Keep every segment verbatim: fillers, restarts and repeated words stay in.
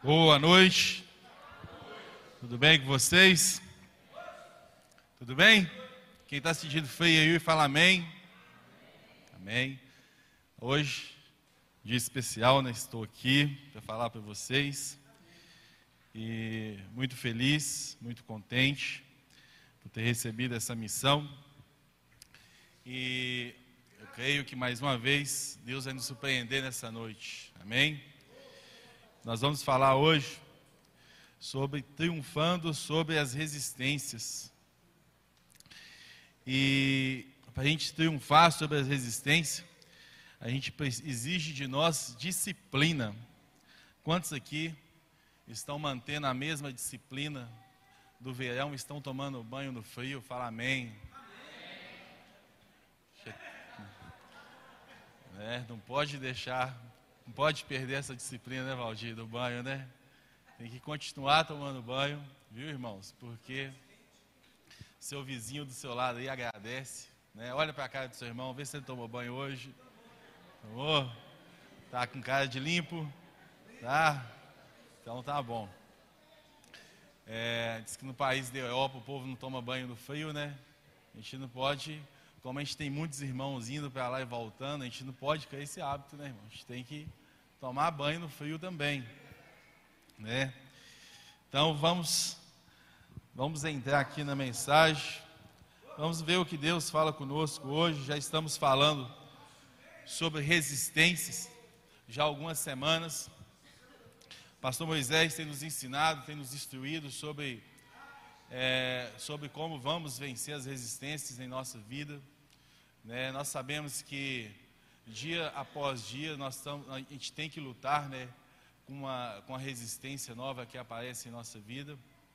Boa noite. Tudo bem com vocês? Tudo bem? Quem está sentindo frio aí, fala amém. Amém. Hoje, dia especial, né? Estou aqui para falar para vocês. E muito feliz, muito contente por ter recebido essa missão. E eu creio que mais uma vez Deus vai nos surpreender nessa noite. Amém? Nós vamos falar hoje sobre triunfando sobre as resistências. E para a gente triunfar sobre as resistências, a gente exige de nós disciplina. Quantos aqui estão mantendo a mesma disciplina do verão, estão tomando banho no frio? Fala amém. Amém. É, não pode deixar, não pode perder essa disciplina, né, Valdir, do banho, né? Tem que continuar tomando banho, viu, irmãos? Porque seu vizinho do seu lado aí agradece, né? Olha para a cara do seu irmão, vê se ele tomou banho hoje. Tomou? Tá com cara de limpo? Tá? Então tá bom. É, diz que no país da Europa o povo não toma banho no frio, né? A gente não pode, como a gente tem muitos irmãos indo para lá e voltando, a gente não pode criar esse hábito, né, irmão? A gente tem que tomar banho no frio também, né? Então vamos, vamos entrar aqui na mensagem, vamos ver o que Deus fala conosco hoje. Já estamos falando sobre resistências já há algumas semanas. Pastor Moisés tem nos ensinado, tem nos instruído sobre, é, sobre como vamos vencer as resistências em nossa vida, né? Nós sabemos que dia após dia nós estamos, a gente tem que lutar, né, com uma, com a resistência nova que aparece em nossa vida.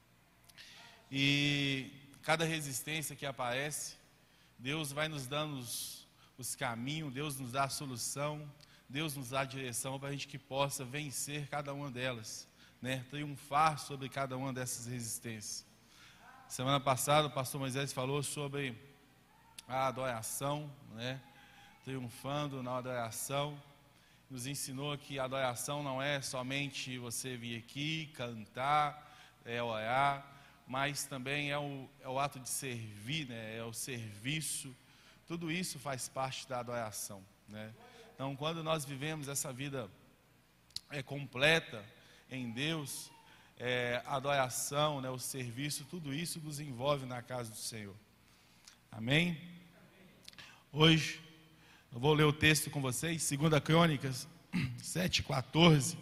E cada resistência que aparece, Deus vai nos dando os, os caminhos, Deus nos dá a solução, Deus nos dá a direção para a gente que possa vencer cada uma delas, né? Triunfar sobre cada uma dessas resistências. Semana passada o pastor Moisés falou sobre a adoração, né? Triunfando na adoração. Nos ensinou que a adoração não é somente você vir aqui, cantar, é, orar, mas também é o, é o ato de servir, né? É o serviço. Tudo isso faz parte da adoração, né? Então, quando nós vivemos essa vida é, completa em Deus, é, a adoração, né, o serviço, tudo isso nos envolve na casa do Senhor. Amém? Hoje, eu vou ler o texto com vocês, Segunda Crônicas sete, quatorze.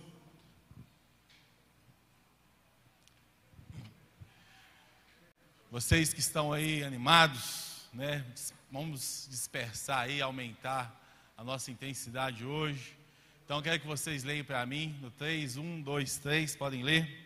Vocês que estão aí animados, né, vamos dispersar aí, aumentar a nossa intensidade hoje. Então eu quero que vocês leiam para mim no três, um, dois, três, podem ler?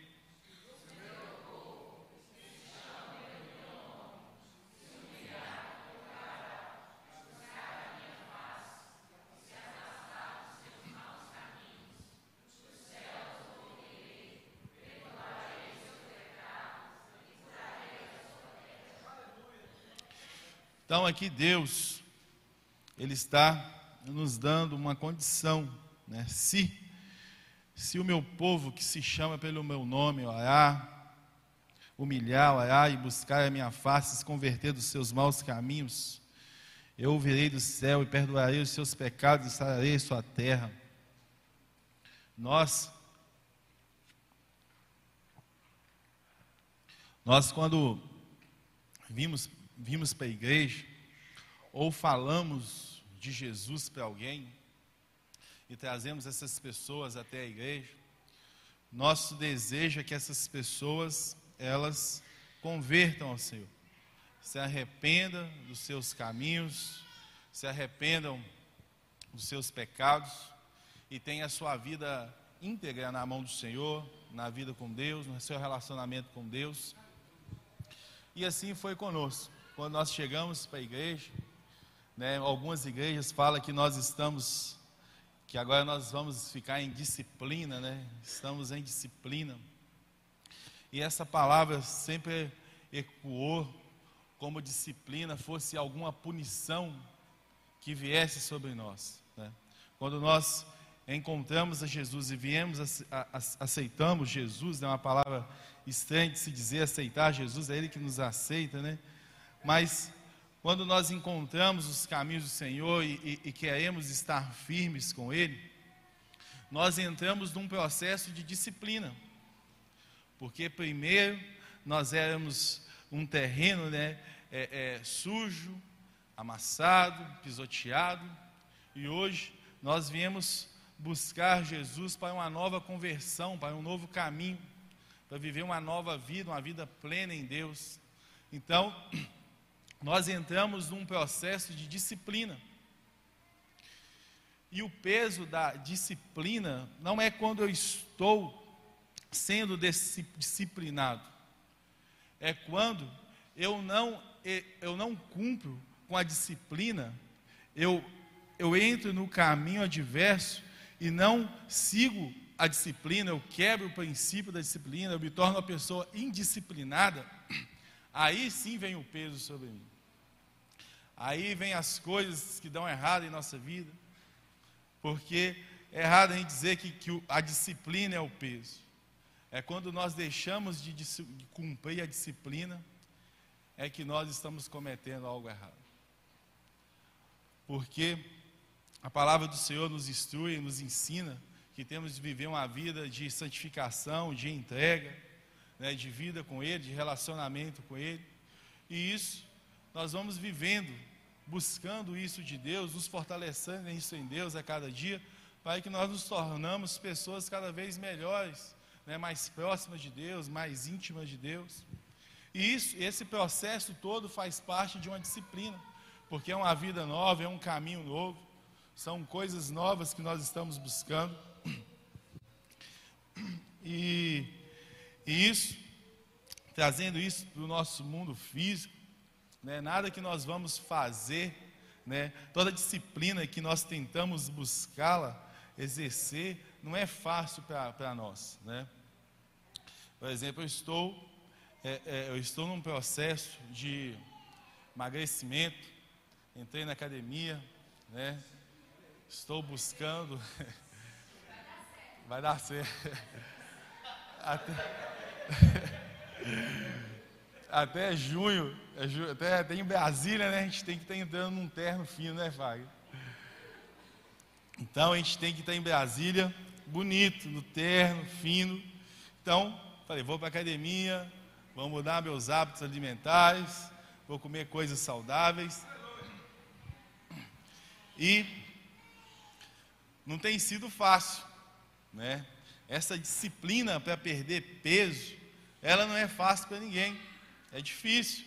Então aqui Deus, Ele está nos dando uma condição, né? Se, se o meu povo que se chama pelo meu nome orar, humilhar, orar e buscar a minha face, se converter dos seus maus caminhos, eu ouvirei do céu e perdoarei os seus pecados e sararei a sua terra. Nós, nós quando vimos, vimos para a igreja, ou falamos de Jesus para alguém e trazemos essas pessoas até a igreja, nosso desejo é que essas pessoas, elas convertam ao Senhor, se arrependam dos seus caminhos, se arrependam dos seus pecados e tenham a sua vida íntegra na mão do Senhor, na vida com Deus, no seu relacionamento com Deus. E assim foi conosco. Quando nós chegamos para a igreja, né, algumas igrejas falam que nós estamos, que agora nós vamos ficar em disciplina, né? Estamos em disciplina. E essa palavra sempre ecoou como disciplina fosse alguma punição que viesse sobre nós, né? Quando nós encontramos a Jesus e viemos, a, a, aceitamos Jesus, é uma palavra estranha de se dizer aceitar Jesus, é Ele que nos aceita, né? Mas quando nós encontramos os caminhos do Senhor e, e, e queremos estar firmes com Ele, nós entramos num processo de disciplina, porque primeiro nós éramos um terreno, né, é, é, sujo, amassado, pisoteado, e hoje nós viemos buscar Jesus para uma nova conversão, para um novo caminho, para viver uma nova vida, uma vida plena em Deus. Então, nós entramos num processo de disciplina. E o peso da disciplina não é quando eu estou sendo disciplinado, é quando eu não, eu não cumpro com a disciplina, eu, eu entro no caminho adverso e não sigo a disciplina, eu quebro o princípio da disciplina, eu me torno uma pessoa indisciplinada, aí sim vem o peso sobre mim. Aí vem as coisas que dão errado em nossa vida, porque é errado a gente dizer que, que a disciplina é o peso. É quando nós deixamos de, de cumprir a disciplina, é que nós estamos cometendo algo errado. Porque a palavra do Senhor nos instrui, nos ensina que temos de viver uma vida de santificação, de entrega, né, de vida com Ele, de relacionamento com Ele. E isso nós vamos vivendo, buscando isso de Deus, nos fortalecendo isso em Deus a cada dia, para que nós nos tornamos pessoas cada vez melhores, né, mais próximas de Deus, mais íntimas de Deus. E isso, esse processo todo faz parte de uma disciplina, porque é uma vida nova, é um caminho novo, são coisas novas que nós estamos buscando. E, e isso, trazendo isso para o nosso mundo físico, né, nada que nós vamos fazer, né, toda disciplina que nós tentamos buscá-la, exercer, não é fácil para nós, né? Por exemplo, eu estou, é, é, eu estou num processo de emagrecimento, entrei na academia, né? Estou buscando, vai dar certo, até, até junho, até, até em Brasília, né? A gente tem que estar entrando num terno fino, né, Fábio? Então a gente tem que estar em Brasília, bonito, no terno, fino. Então, falei, vou para a academia, vou mudar meus hábitos alimentares, vou comer coisas saudáveis. E não tem sido fácil, né? Essa disciplina para perder peso, ela não é fácil para ninguém, é difícil.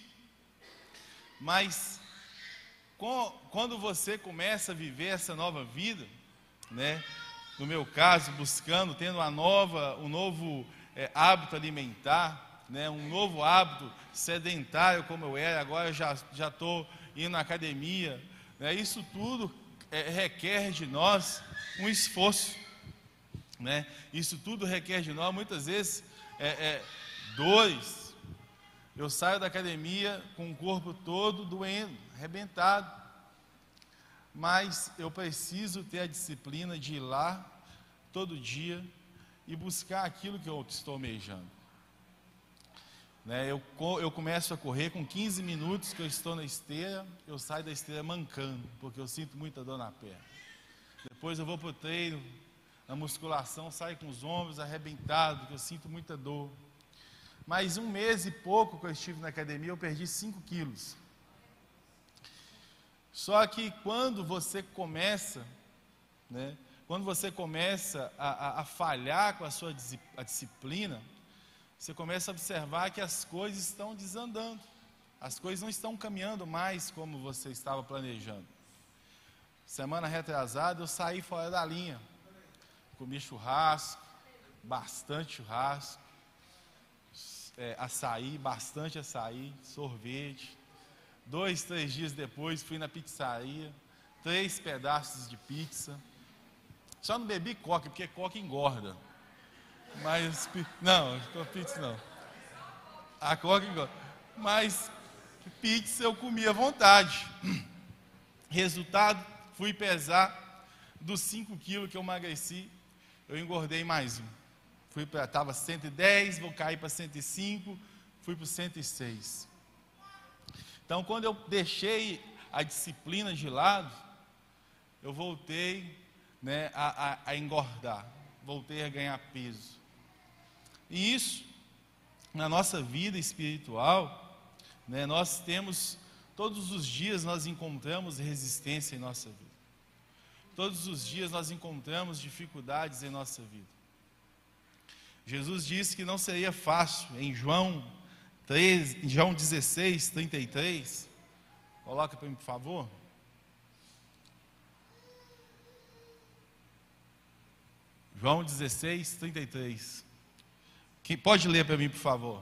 Mas quando você começa a viver essa nova vida, né? No meu caso, buscando, tendo uma nova, um novo é, hábito alimentar, né? Um novo hábito sedentário como eu era, agora eu já já estou indo na academia, né? Isso tudo é, requer de nós um esforço, né? Isso tudo requer de nós, muitas vezes, é, é, dores. Eu saio da academia com o corpo todo doendo, arrebentado, mas eu preciso ter a disciplina de ir lá todo dia e buscar aquilo que eu estou almejando, né? Eu, eu começo a correr com quinze minutos que eu estou na esteira, eu saio da esteira mancando, porque eu sinto muita dor na perna. Depois eu vou para o treino, na musculação, saio com os ombros arrebentados, porque eu sinto muita dor. Mas um mês e pouco que eu estive na academia, eu perdi cinco quilos. Só que quando você começa, né, quando você começa a, a, a falhar com a sua a disciplina, você começa a observar que as coisas estão desandando, as coisas não estão caminhando mais como você estava planejando. Semana retrasada eu saí fora da linha, comi churrasco, bastante churrasco, é, açaí, bastante açaí, sorvete. Dois, três dias depois fui na pizzaria, três pedaços de pizza. Só não bebi coca, porque coca engorda. Mas, não, pizza não. A coca engorda. Mas pizza eu comi à vontade. Resultado, fui pesar, dos cinco quilos que eu emagreci, eu engordei mais um. Fui para, estava cento e dez, vou cair para cento e cinco, fui para cento e seis. Então, quando eu deixei a disciplina de lado, eu voltei, né, a, a, a engordar, voltei a ganhar peso. E isso, na nossa vida espiritual, né, nós temos, todos os dias nós encontramos resistência em nossa vida. Todos os dias nós encontramos dificuldades em nossa vida. Jesus disse que não seria fácil, em João treze, em João dezesseis, trinta e três, coloca para mim, por favor. João dezesseis, trinta e três. Quem pode ler para mim, por favor?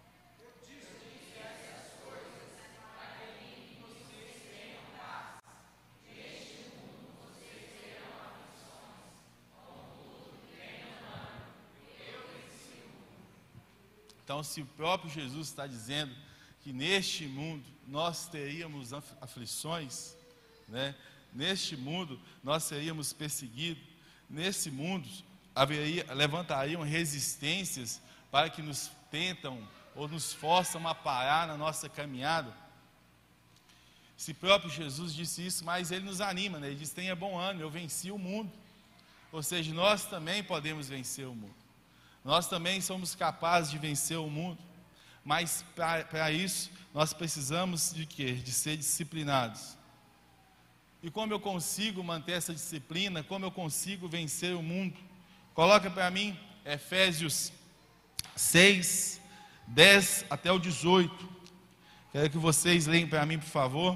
Então, se o próprio Jesus está dizendo que neste mundo nós teríamos aflições, né? Neste mundo nós seríamos perseguidos, nesse mundo haveria, levantariam resistências para que nos tentam ou nos forçam a parar na nossa caminhada. Se próprio Jesus disse isso, mas ele nos anima, né? Ele diz: tenha bom ânimo, eu venci o mundo. Ou seja, nós também podemos vencer o mundo. Nós também somos capazes de vencer o mundo, mas para isso nós precisamos de quê? De ser disciplinados. E como eu consigo manter essa disciplina? Como eu consigo vencer o mundo? Coloca para mim Efésios seis, dez até o dezoito. Quero que vocês leiam para mim, por favor.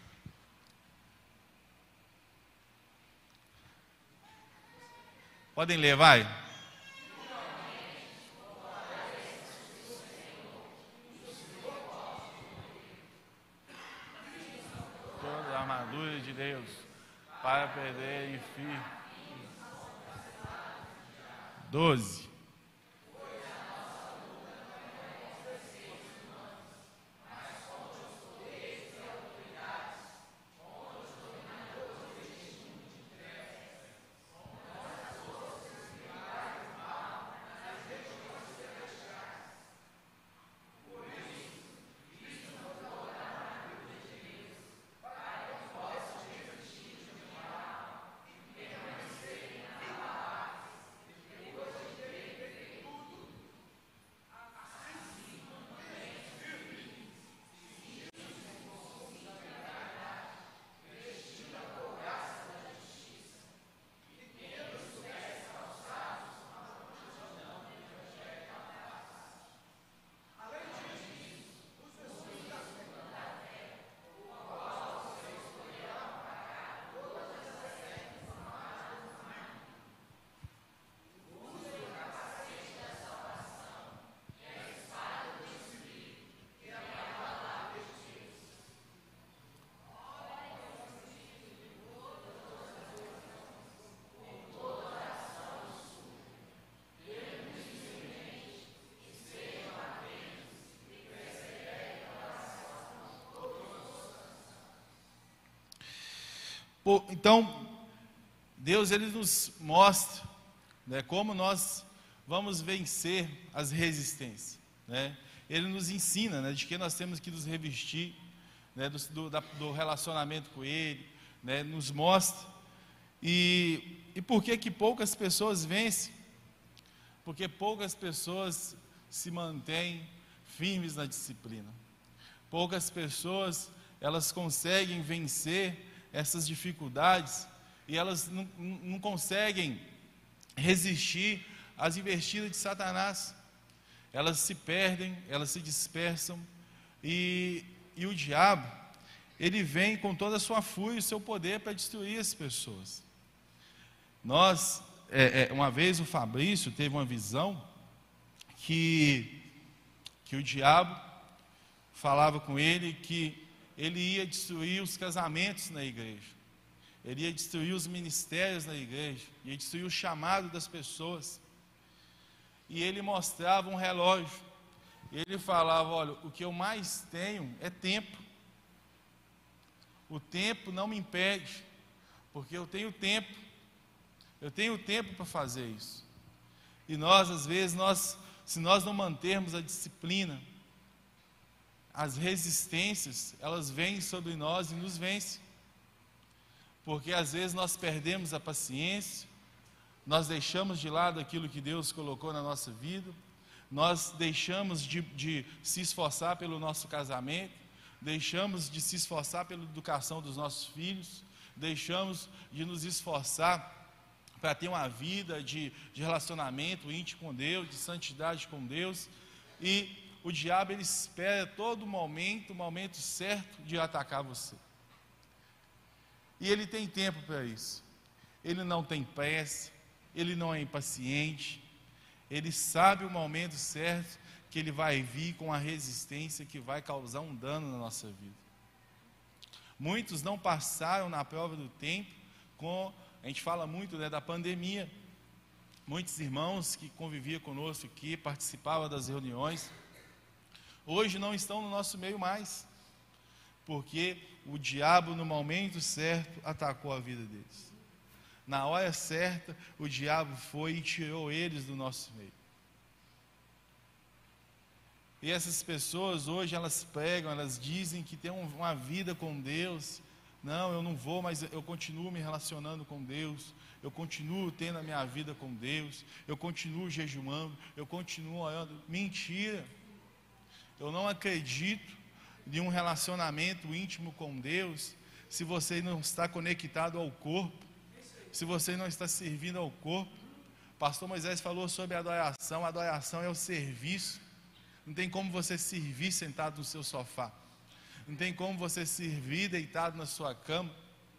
Podem ler, vai. Armadura de Deus, para perder e firme. doze. Então, Deus ele nos mostra, né, como nós vamos vencer as resistências, né? Ele nos ensina, né, de que nós temos que nos revestir, né, do, do, da, do relacionamento com Ele, né, nos mostra. E, e por que que poucas pessoas vencem? Porque poucas pessoas se mantêm firmes na disciplina. Poucas pessoas elas conseguem vencer essas dificuldades e elas não, não conseguem resistir às investidas de Satanás. Elas se perdem, elas se dispersam e, e o diabo, ele vem com toda a sua fúria e o seu poder para destruir as pessoas. Nós, é, é, uma vez o Fabrício teve uma visão que, que o diabo falava com ele que ele ia destruir os casamentos na igreja, ele ia destruir os ministérios na igreja, ia destruir o chamado das pessoas. E ele mostrava um relógio, e ele falava: olha, o que eu mais tenho é tempo, o tempo não me impede, porque eu tenho tempo Eu tenho tempo para fazer isso. E nós, às vezes, nós, se nós não mantermos a disciplina, as resistências, elas vêm sobre nós e nos vencem. Porque às vezes nós perdemos a paciência, nós deixamos de lado aquilo que Deus colocou na nossa vida, nós deixamos de, de se esforçar pelo nosso casamento, deixamos de se esforçar pela educação dos nossos filhos, deixamos de nos esforçar para ter uma vida de, de relacionamento íntimo com Deus, de santidade com Deus, e o diabo ele espera todo momento, o momento certo de atacar você. E ele tem tempo para isso. Ele não tem pressa, ele não é impaciente, ele sabe o momento certo que ele vai vir com a resistência que vai causar um dano na nossa vida. Muitos não passaram na prova do tempo com, a gente fala muito, né, da pandemia. Muitos irmãos que conviviam conosco aqui, participavam das reuniões, hoje não estão no nosso meio mais, porque o diabo no momento certo atacou a vida deles. Na hora certa, o diabo foi e tirou eles do nosso meio. E essas pessoas hoje, elas pregam, elas dizem que têm uma vida com Deus. Não, eu não vou, mas eu continuo me relacionando com Deus, eu continuo tendo a minha vida com Deus, eu continuo jejuando, eu continuo orando. Mentira! Eu não acredito de um relacionamento íntimo com Deus se você não está conectado ao corpo, se você não está servindo ao corpo. O pastor Moisés falou sobre a adoração. A adoração é o serviço. Não tem como você servir sentado no seu sofá, não tem como você servir deitado na sua cama.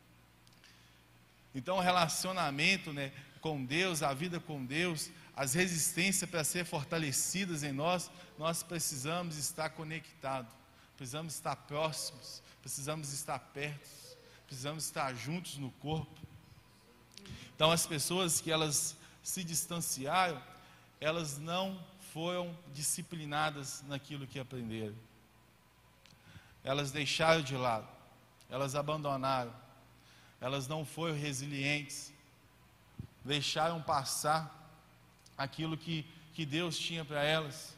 Então o relacionamento, né, com Deus, a vida com Deus, as resistências para ser fortalecidas em nós, nós precisamos estar conectados, precisamos estar próximos, precisamos estar perto, precisamos estar juntos no corpo. Então as pessoas que elas se distanciaram, elas não foram disciplinadas naquilo que aprenderam. Elas deixaram de lado, elas abandonaram, elas não foram resilientes, deixaram passar aquilo que, que Deus tinha para elas.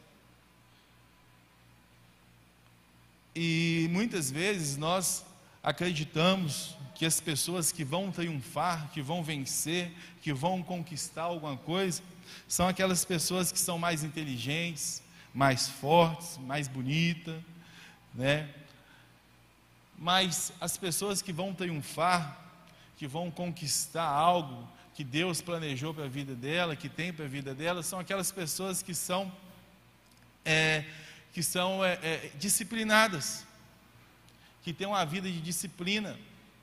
E muitas vezes nós acreditamos que as pessoas que vão triunfar, que vão vencer, que vão conquistar alguma coisa, são aquelas pessoas que são mais inteligentes, mais fortes, mais bonitas, né? Mas as pessoas que vão triunfar, que vão conquistar algo que Deus planejou para a vida dela, que tem para a vida dela, são aquelas pessoas que são, é, que são é, é, disciplinadas, que têm uma vida de disciplina,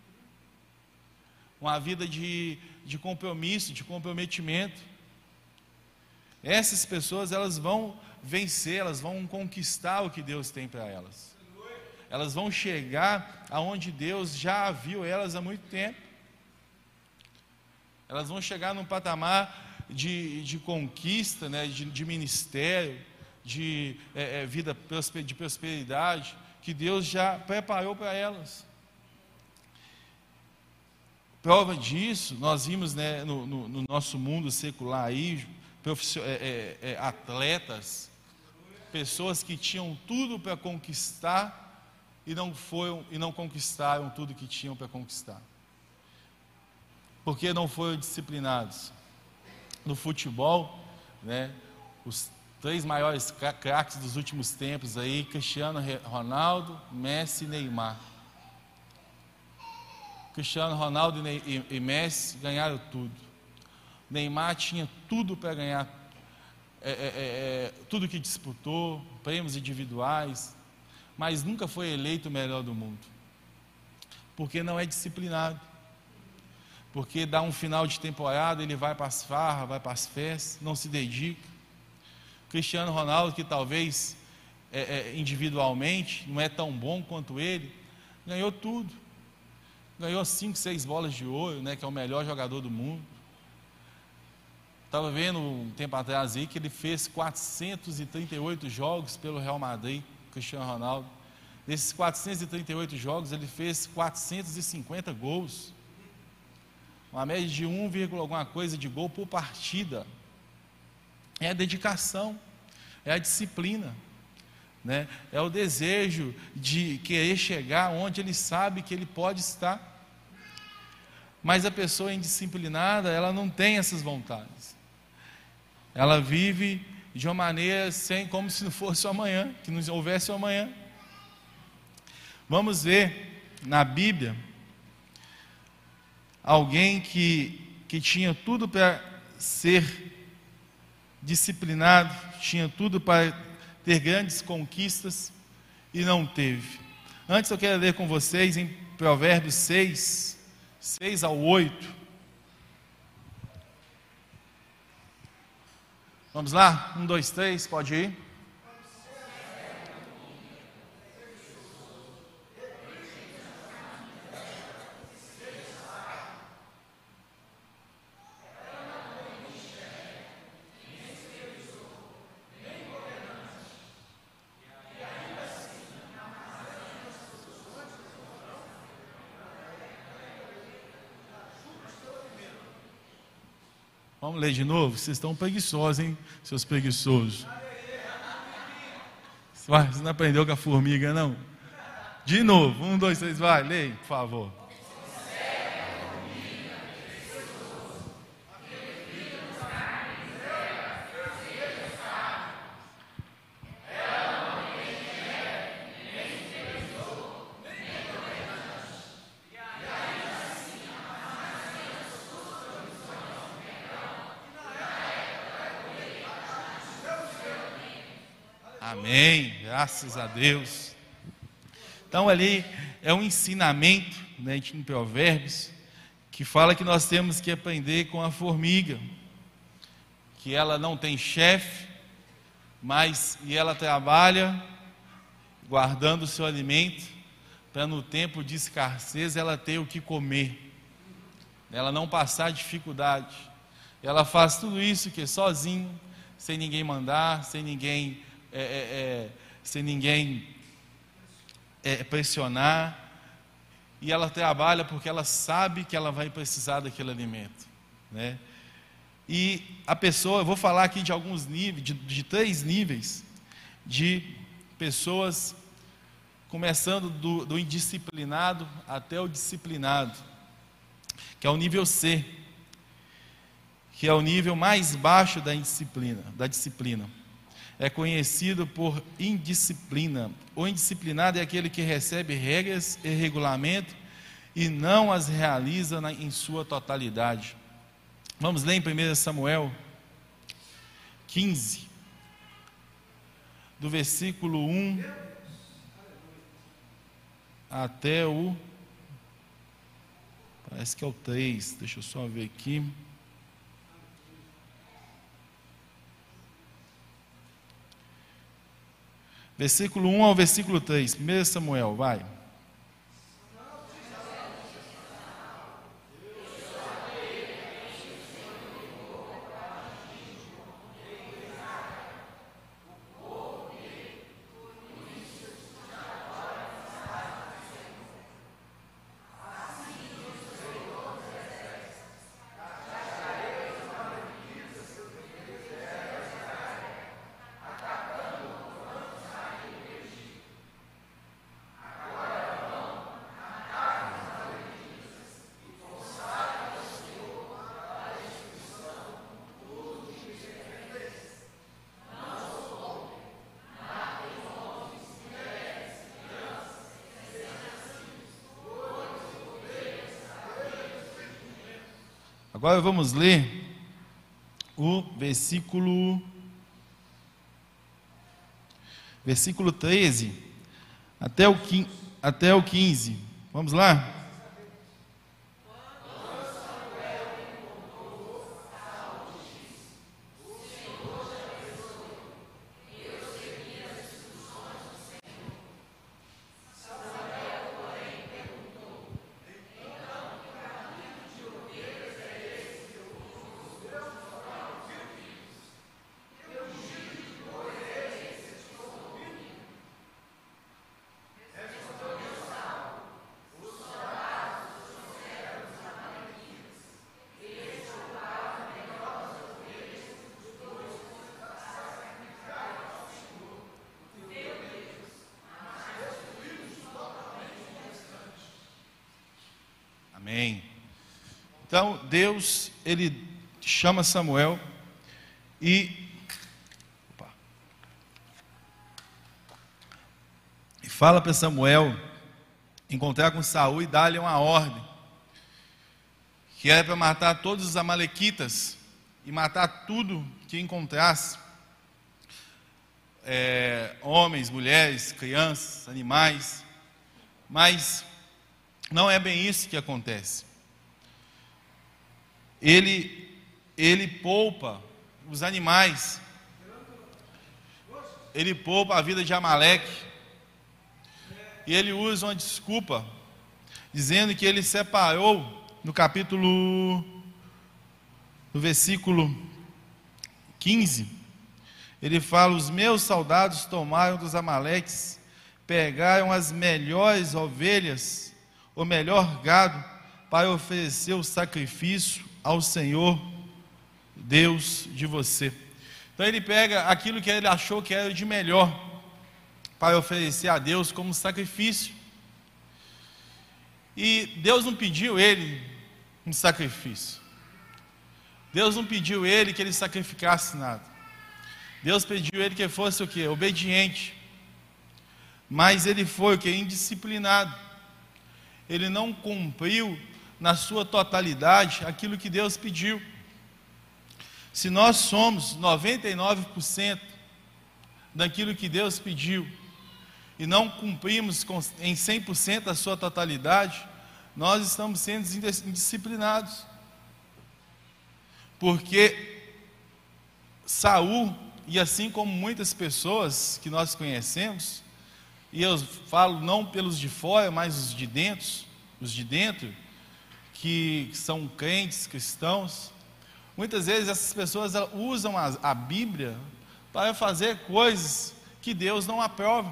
uma vida de, de compromisso, de comprometimento. Essas pessoas, elas vão vencer, elas vão conquistar o que Deus tem para elas. Elas vão chegar aonde Deus já viu elas há muito tempo. Elas vão chegar num patamar de, de conquista, né, de, de ministério, de é, é, vida de prosperidade, que Deus já preparou para elas. Prova disso, nós vimos, né, no, no, no nosso mundo secular aí, É, é, é, atletas, pessoas que tinham tudo para conquistar e não foram e não conquistaram tudo que tinham para conquistar, porque não foram disciplinados. No futebol, né, os três maiores craques dos últimos tempos aí, Cristiano Ronaldo, Messi e Neymar. Cristiano Ronaldo e, e, e Messi ganharam tudo. Neymar tinha tudo para ganhar, é, é, é, tudo que disputou, prêmios individuais, mas nunca foi eleito o melhor do mundo, porque não é disciplinado, porque dá um final de temporada, ele vai para as farras, vai para as festas, não se dedica. Cristiano Ronaldo, que talvez é, é, individualmente não é tão bom quanto ele, ganhou tudo, ganhou cinco, seis bolas de ouro, né, que é o melhor jogador do mundo. Estava vendo um tempo atrás aí que ele fez quatrocentos e trinta e oito jogos pelo Real Madrid, Cristiano Ronaldo. Nesses quatrocentos e trinta e oito jogos, ele fez quatrocentos e cinquenta gols. uma média de um, alguma coisa de gol por partida. É a dedicação, é a disciplina, né? É o desejo de querer chegar onde ele sabe que ele pode estar. Mas a pessoa indisciplinada, ela não tem essas vontades. Ela vive de uma maneira sem, como se não fosse o amanhã, que não houvesse o amanhã. Vamos ver na Bíblia alguém que, que tinha tudo para ser disciplinado, tinha tudo para ter grandes conquistas e não teve. Antes eu quero ler com vocês em Provérbios seis, seis ao oito. Vamos lá? Um, dois, três, pode ir. Vamos ler de novo? Vocês estão preguiçosos, hein, seus preguiçosos. Você não aprendeu com a formiga, não? De novo, um, dois, três, vai, leia, por favor. Amém, graças a Deus. Então ali é um ensinamento, né, em Provérbios, que fala que nós temos que aprender com a formiga, que ela não tem chefe, mas e ela trabalha guardando o seu alimento, para no tempo de escassez ela ter o que comer, ela não passar dificuldade. Ela faz tudo isso que sozinho, sem ninguém mandar, sem ninguém É, é, é, sem ninguém é, pressionar, e ela trabalha porque ela sabe que ela vai precisar daquele alimento, né? E a pessoa, eu vou falar aqui de alguns níveis, de, de três níveis de pessoas, começando do, do indisciplinado até o disciplinado, que é o nível C, que é o nível mais baixo da indisciplina, da disciplina. É conhecido por indisciplina. O indisciplinado é aquele que recebe regras e regulamento e não as realiza na, em sua totalidade. Vamos ler em primeiro Samuel quinze, do versículo um até o, parece que é o três, deixa eu só ver aqui. Versículo um ao versículo três, primeiro Samuel, vai. Agora vamos ler o versículo, versículo treze até o, até o quinze. Vamos lá? Amém. Então, Deus, Ele chama Samuel e, opa, e fala para Samuel encontrar com Saul e dar-lhe uma ordem, que era para matar todos os amalequitas e matar tudo que encontrasse, é, homens, mulheres, crianças, animais. Mas não é bem isso que acontece. Ele, ele poupa os animais, ele poupa a vida de Amaleque, e ele usa uma desculpa, dizendo que ele separou, no capítulo, no versículo quinze, ele fala: os meus soldados tomaram dos Amaleques, pegaram as melhores ovelhas, o melhor gado, para oferecer o sacrifício ao Senhor, Deus de você. Então ele pega aquilo que ele achou que era de melhor, para oferecer a Deus como sacrifício. E Deus não pediu ele um sacrifício. Deus não pediu ele que ele sacrificasse nada. Deus pediu ele que ele fosse o quê? Obediente. Mas ele foi o quê? Indisciplinado. Ele não cumpriu na sua totalidade aquilo que Deus pediu. Se nós somos noventa e nove por cento daquilo que Deus pediu e não cumprimos em cem por cento a sua totalidade, nós estamos sendo indisciplinados. Porque Saul, e assim como muitas pessoas que nós conhecemos, e eu falo não pelos de fora, mas os de dentro, os de dentro, que são crentes, cristãos, muitas vezes essas pessoas usam a, a Bíblia para fazer coisas que Deus não aprova.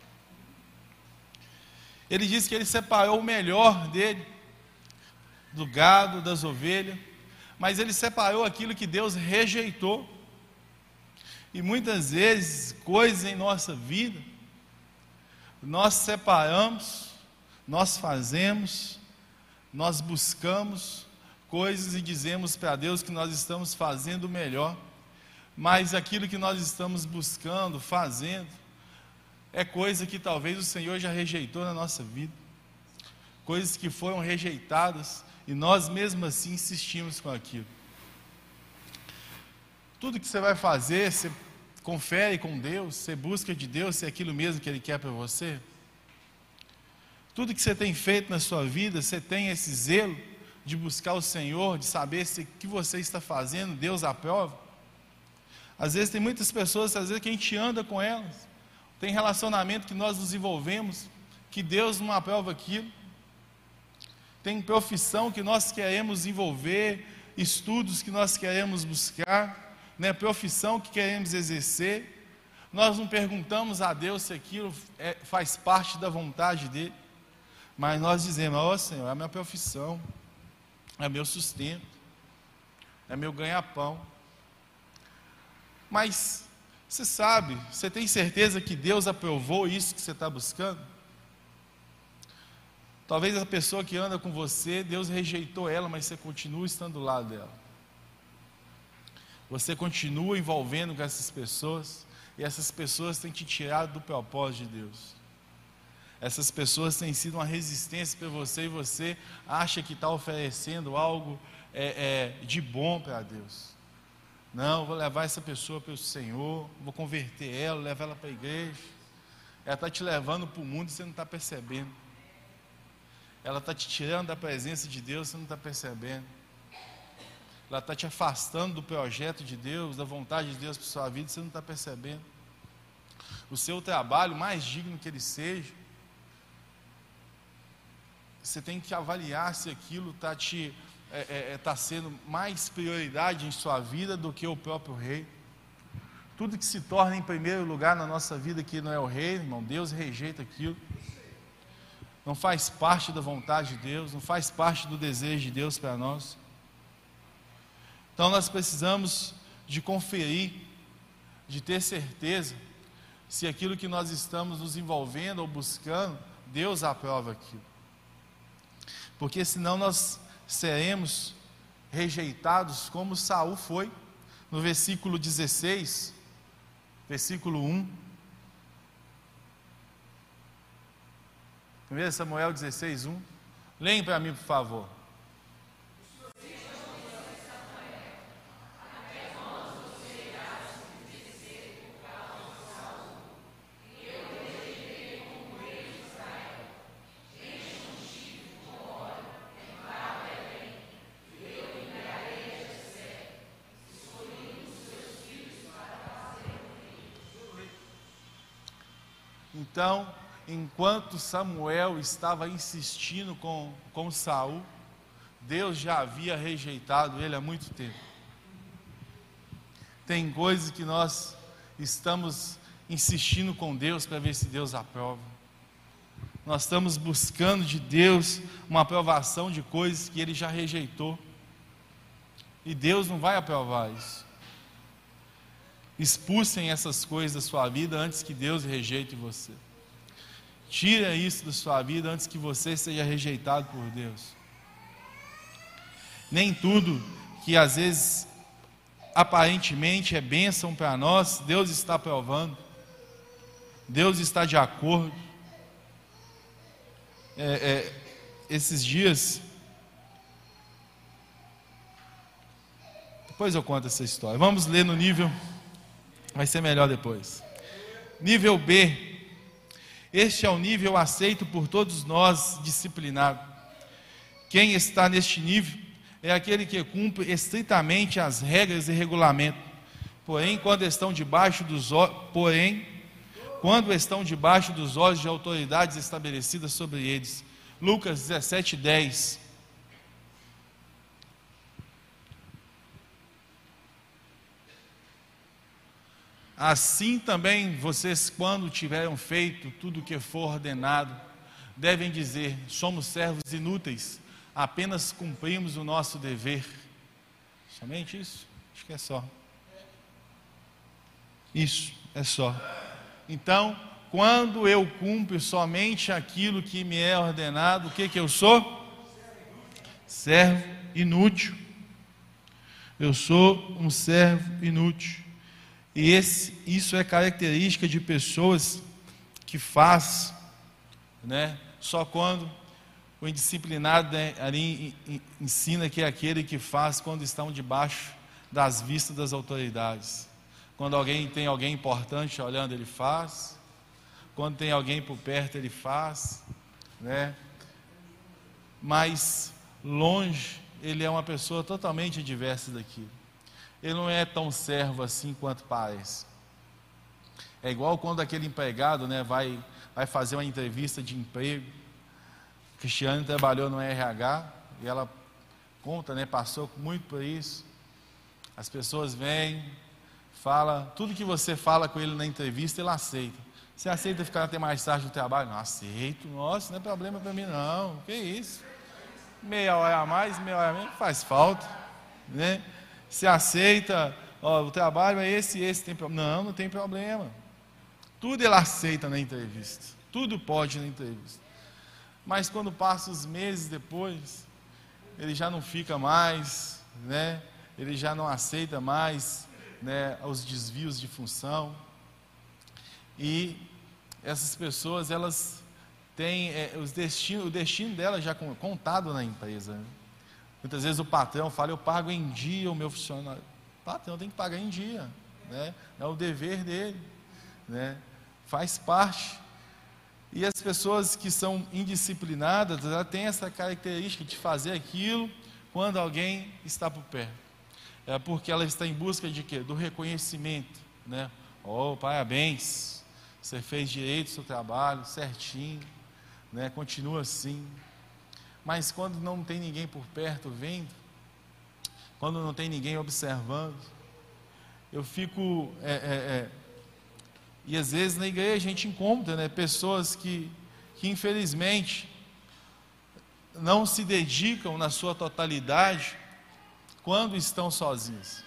Ele diz que ele separou o melhor dele, do gado, das ovelhas, mas ele separou aquilo que Deus rejeitou. E muitas vezes, coisas em nossa vida, nós separamos, nós fazemos, nós buscamos coisas e dizemos para Deus que nós estamos fazendo o melhor, mas aquilo que nós estamos buscando, fazendo, é coisa que talvez o Senhor já rejeitou na nossa vida, coisas que foram rejeitadas e nós mesmo assim insistimos com aquilo. Tudo que você vai fazer, você confere com Deus, você busca de Deus se é aquilo mesmo que Ele quer para você. Tudo que você tem feito na sua vida, você tem esse zelo de buscar o Senhor, de saber se o que você está fazendo, Deus aprova. Às vezes tem muitas pessoas, às vezes que a gente anda com elas, tem relacionamento que nós nos envolvemos, que Deus não aprova aquilo. Tem profissão que nós queremos envolver, estudos que nós queremos buscar, né, profissão que queremos exercer. Nós não perguntamos a Deus se aquilo é, faz parte da vontade dEle, mas nós dizemos: ó Senhor, é a minha profissão, é meu sustento, é meu ganha-pão. Mas você sabe, você tem certeza que Deus aprovou isso que você está buscando? Talvez a pessoa que anda com você, Deus rejeitou ela, mas você continua estando do lado dela. Você continua envolvendo com essas pessoas, e essas pessoas têm te tirado do propósito de Deus. Essas pessoas têm sido uma resistência para você, e você acha que está oferecendo algo é, é, de bom para Deus. Não, vou levar essa pessoa para o Senhor, vou converter ela, levar ela para a igreja. Ela está te levando para o mundo e você não está percebendo. Ela está te tirando da presença de Deus, você não está percebendo. Ela está te afastando do projeto de Deus, da vontade de Deus para a sua vida, você não está percebendo. O seu trabalho, mais digno que ele seja, você tem que avaliar se aquilo está te é, é, tá sendo mais prioridade em sua vida do que o próprio rei. Tudo que se torna em primeiro lugar na nossa vida que não é o rei, irmão, Deus rejeita aquilo. Não faz parte da vontade de Deus, não faz parte do desejo de Deus para nós. Então nós precisamos de conferir, de ter certeza se aquilo que nós estamos nos envolvendo ou buscando, Deus aprova aquilo. porque senão nós seremos rejeitados como Saul foi. No versículo dezesseis, versículo um, primeiro Samuel dezesseis, um, leem para mim, por favor. Então, enquanto Samuel estava insistindo com, com Saul, Deus já havia rejeitado ele há muito tempo. Tem coisas que nós estamos insistindo com Deus para ver se Deus aprova. Nós estamos buscando de Deus uma aprovação de coisas que Ele já rejeitou. E Deus não vai aprovar isso. Expulsem essas coisas da sua vida antes que Deus rejeite você. Tire isso da sua vida antes que você seja rejeitado por Deus. Nem tudo que às vezes aparentemente é bênção para nós, Deus está aprovando. Deus está de acordo. É, é, esses dias, depois eu conto essa história. Vamos ler no nível, vai ser melhor depois. Nível B. Este é o nível aceito por todos nós, disciplinado. Quem está neste nível é aquele que cumpre estritamente as regras e regulamento. Porém, quando estão debaixo dos porém, quando estão debaixo dos olhos de autoridades estabelecidas sobre eles. Lucas dezessete, dez. Assim também vocês, quando tiverem feito tudo o que for ordenado, devem dizer: somos servos inúteis, apenas cumprimos o nosso dever. Somente isso? Acho que é só. Isso, é só. Então, quando eu cumpro somente aquilo que me é ordenado, o que que eu sou? Servo inútil. Eu sou um servo inútil. E esse, isso é característica de pessoas que faz, né, só quando o indisciplinado, né, ali ensina que é aquele que faz quando estão debaixo das vistas das autoridades. Quando alguém tem alguém importante olhando, ele faz. Quando tem alguém por perto, ele faz, né? Mas longe, ele é uma pessoa totalmente diversa daquilo. Ele não é tão servo assim quanto parece. É igual quando aquele empregado, né, vai, vai fazer uma entrevista de emprego. A Cristiane trabalhou no R H e ela conta, né, passou muito por isso. As pessoas vêm, fala, tudo que você fala com ele na entrevista, ele aceita. Você aceita ficar até mais tarde no trabalho? Não, aceito. Nossa, não é problema para mim não. Que isso? Meia hora a mais, meia hora a menos, faz falta, né? Você aceita, ó, o trabalho é esse e esse, tem problema? Não, não tem problema. Tudo ele aceita na entrevista. Tudo pode na entrevista. Mas quando passa os meses depois, ele já não fica mais, né? Ele já não aceita mais, né, os desvios de função. E essas pessoas, elas têm é, os destino, o destino delas já contado na empresa. Muitas vezes o patrão fala: eu pago em dia o meu funcionário. O patrão tem que pagar em dia, né? É o dever dele, né? Faz parte. E as pessoas que são indisciplinadas, ela tem essa característica de fazer aquilo quando alguém está por perto. É porque ela está em busca de quê? Do reconhecimento, né? Oh, parabéns, você fez direito o seu trabalho, certinho, né? Continua assim. Mas quando não tem ninguém por perto vendo, quando não tem ninguém observando, eu fico, é, é, é, e às vezes na igreja a gente encontra, né, pessoas que, que infelizmente não se dedicam na sua totalidade quando estão sozinhos.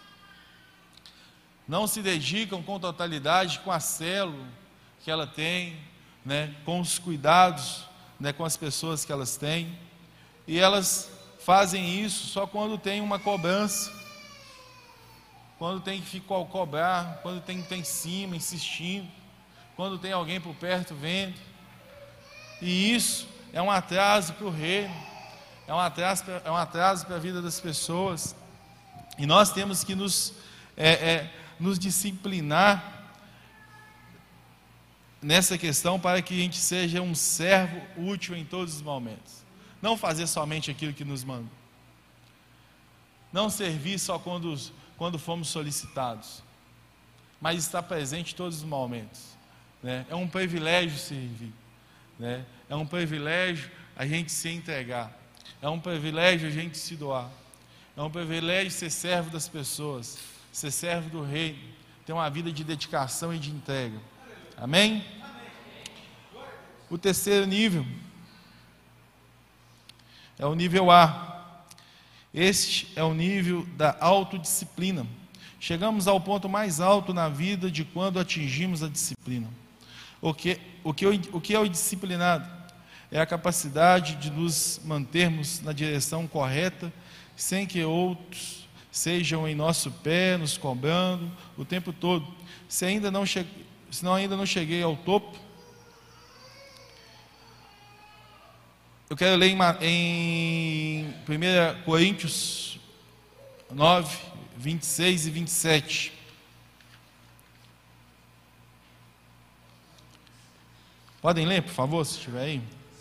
Não se dedicam com totalidade com a célula que ela tem, né, com os cuidados, né, com as pessoas que elas têm. e elas fazem isso só quando tem uma cobrança, quando tem que ficar cobrar, quando tem que estar em cima, insistindo, quando tem alguém por perto vendo. E isso é um atraso para o reino, é um atraso, é um atraso para a vida das pessoas. E nós temos que nos, é, é, nos disciplinar nessa questão para que a gente seja um servo útil em todos os momentos. Não fazer somente aquilo que nos manda. Não servir só quando, quando fomos solicitados, mas estar presente em todos os momentos, né? É um privilégio servir, né? É um privilégio a gente se entregar, é um privilégio a gente se doar, é um privilégio ser servo das pessoas, ser servo do reino, ter uma vida de dedicação e de entrega. Amém? O terceiro nível é o nível A. Este é o nível da autodisciplina. Chegamos ao ponto mais alto na vida de quando atingimos a disciplina. O que, o que, o que é o disciplinado? É a capacidade de nos mantermos na direção correta, sem que outros sejam em nosso pé, nos cobrando o tempo todo. Se ainda não, che, se não ainda não cheguei ao topo, eu quero ler em, em primeira Coríntios nove, vinte e seis e vinte e sete. Podem ler, por favor, se estiver aí.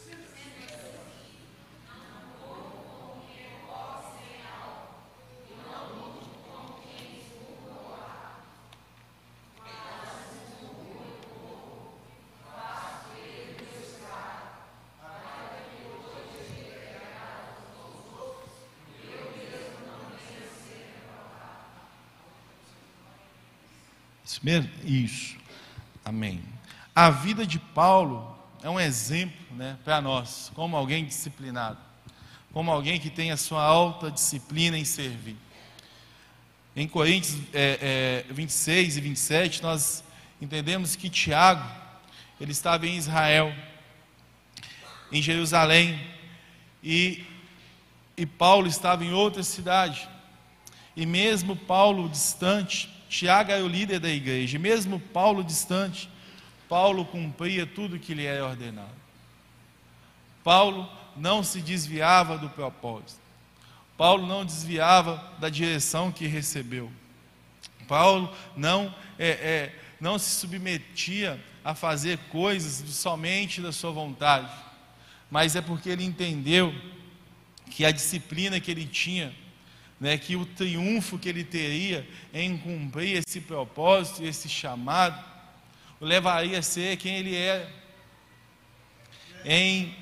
Isso mesmo? Isso. Amém. A vida de Paulo é um exemplo, né, para nós, como alguém disciplinado, como alguém que tem a sua alta disciplina em servir. Em Coríntios é, é, vinte e seis e vinte e sete, nós entendemos que Tiago, ele estava em Israel, em Jerusalém, e, e Paulo estava em outra cidade. E mesmo Paulo distante, Tiago era o líder da igreja, e mesmo Paulo distante, Paulo cumpria tudo que lhe era ordenado. Paulo não se desviava do propósito. Paulo não desviava da direção que recebeu. Paulo não, é, é, não se submetia a fazer coisas somente da sua vontade, mas é porque ele entendeu que a disciplina que ele tinha, né, que o triunfo que ele teria em cumprir esse propósito, esse chamado, o levaria a ser quem ele era. Em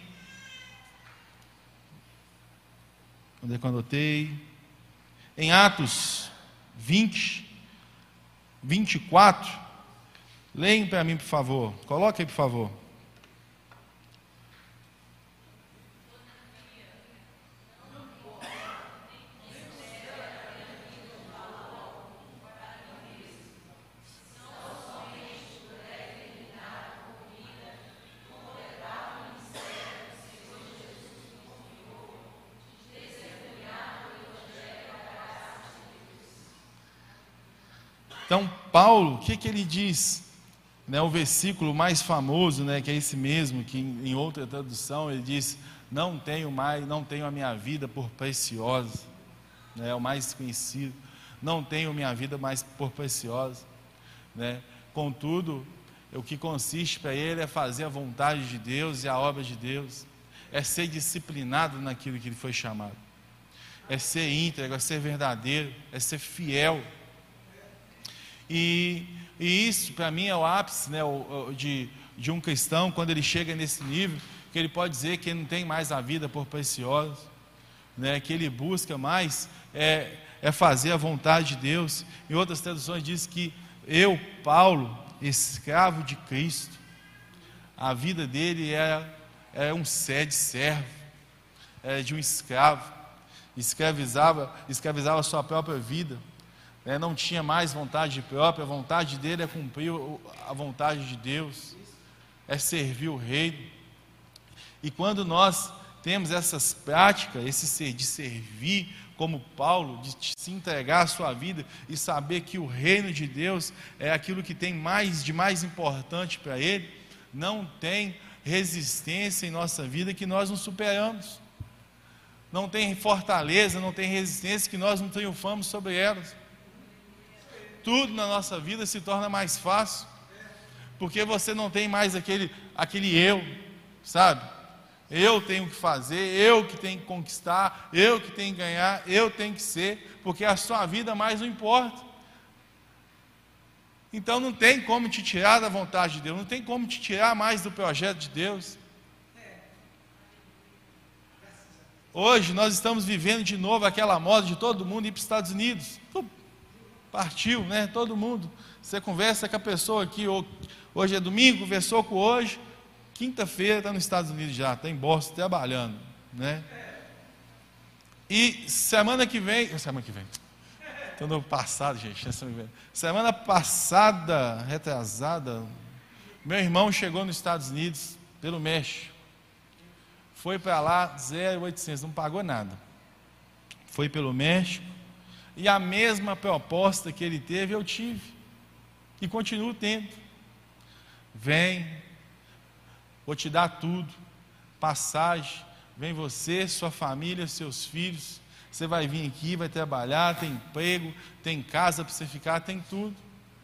onde é que eu anotei? Em Atos vinte, vinte e quatro, leem para mim, por favor. Coloque aí, por favor. Então, Paulo, o que, que ele diz? Né, o versículo mais famoso, né, que é esse mesmo, que em, em outra tradução ele diz: não tenho mais, não tenho a minha vida por preciosa, né, é o mais conhecido, não tenho minha vida mais por preciosa, né, contudo, o que consiste para ele é fazer a vontade de Deus e a obra de Deus, é ser disciplinado naquilo que ele foi chamado, é ser íntegro, é ser verdadeiro, é ser fiel. E, e isso para mim é o ápice, né, o, o, de, de um cristão, quando ele chega nesse nível, que ele pode dizer que ele não tem mais a vida por preciosa, né, que ele busca mais é, é fazer a vontade de Deus. Em outras traduções diz que eu, Paulo, escravo de Cristo, a vida dele é, é um sé de servo, é de um escravo, escravizava, escravizava a sua própria vida. É, não tinha mais vontade própria, a vontade dele é cumprir a vontade de Deus, é servir o reino. E quando nós temos essas práticas, esse ser de servir, como Paulo, de se entregar a sua vida e saber que o reino de Deus é aquilo que tem mais de mais importante para Ele, não tem resistência em nossa vida que nós não superamos, não tem fortaleza, não tem resistência que nós não triunfamos sobre elas. Tudo na nossa vida se torna mais fácil, porque você não tem mais aquele, aquele eu, sabe? Eu tenho que fazer, eu que tenho que conquistar, eu que tenho que ganhar, eu tenho que ser, porque a sua vida mais não importa. Então não tem como te tirar da vontade de Deus, não tem como te tirar mais do projeto de Deus. Hoje nós estamos vivendo de novo aquela moda de todo mundo ir para os Estados Unidos. Partiu, né? Todo mundo. Você conversa com a pessoa aqui, hoje é domingo, conversou com hoje, quinta-feira está nos Estados Unidos já, está em Boston trabalhando, né? E semana que vem, semana que vem, estou no passado, gente, semana passada, retrasada, meu irmão chegou nos Estados Unidos pelo México, foi para lá, zero oitocentos, não pagou nada, foi pelo México, e a mesma proposta que ele teve, eu tive, e continuo tendo. Vem, vou te dar tudo, passagem, vem você, sua família, seus filhos, você vai vir aqui, vai trabalhar, tem emprego, tem casa para você ficar, tem tudo.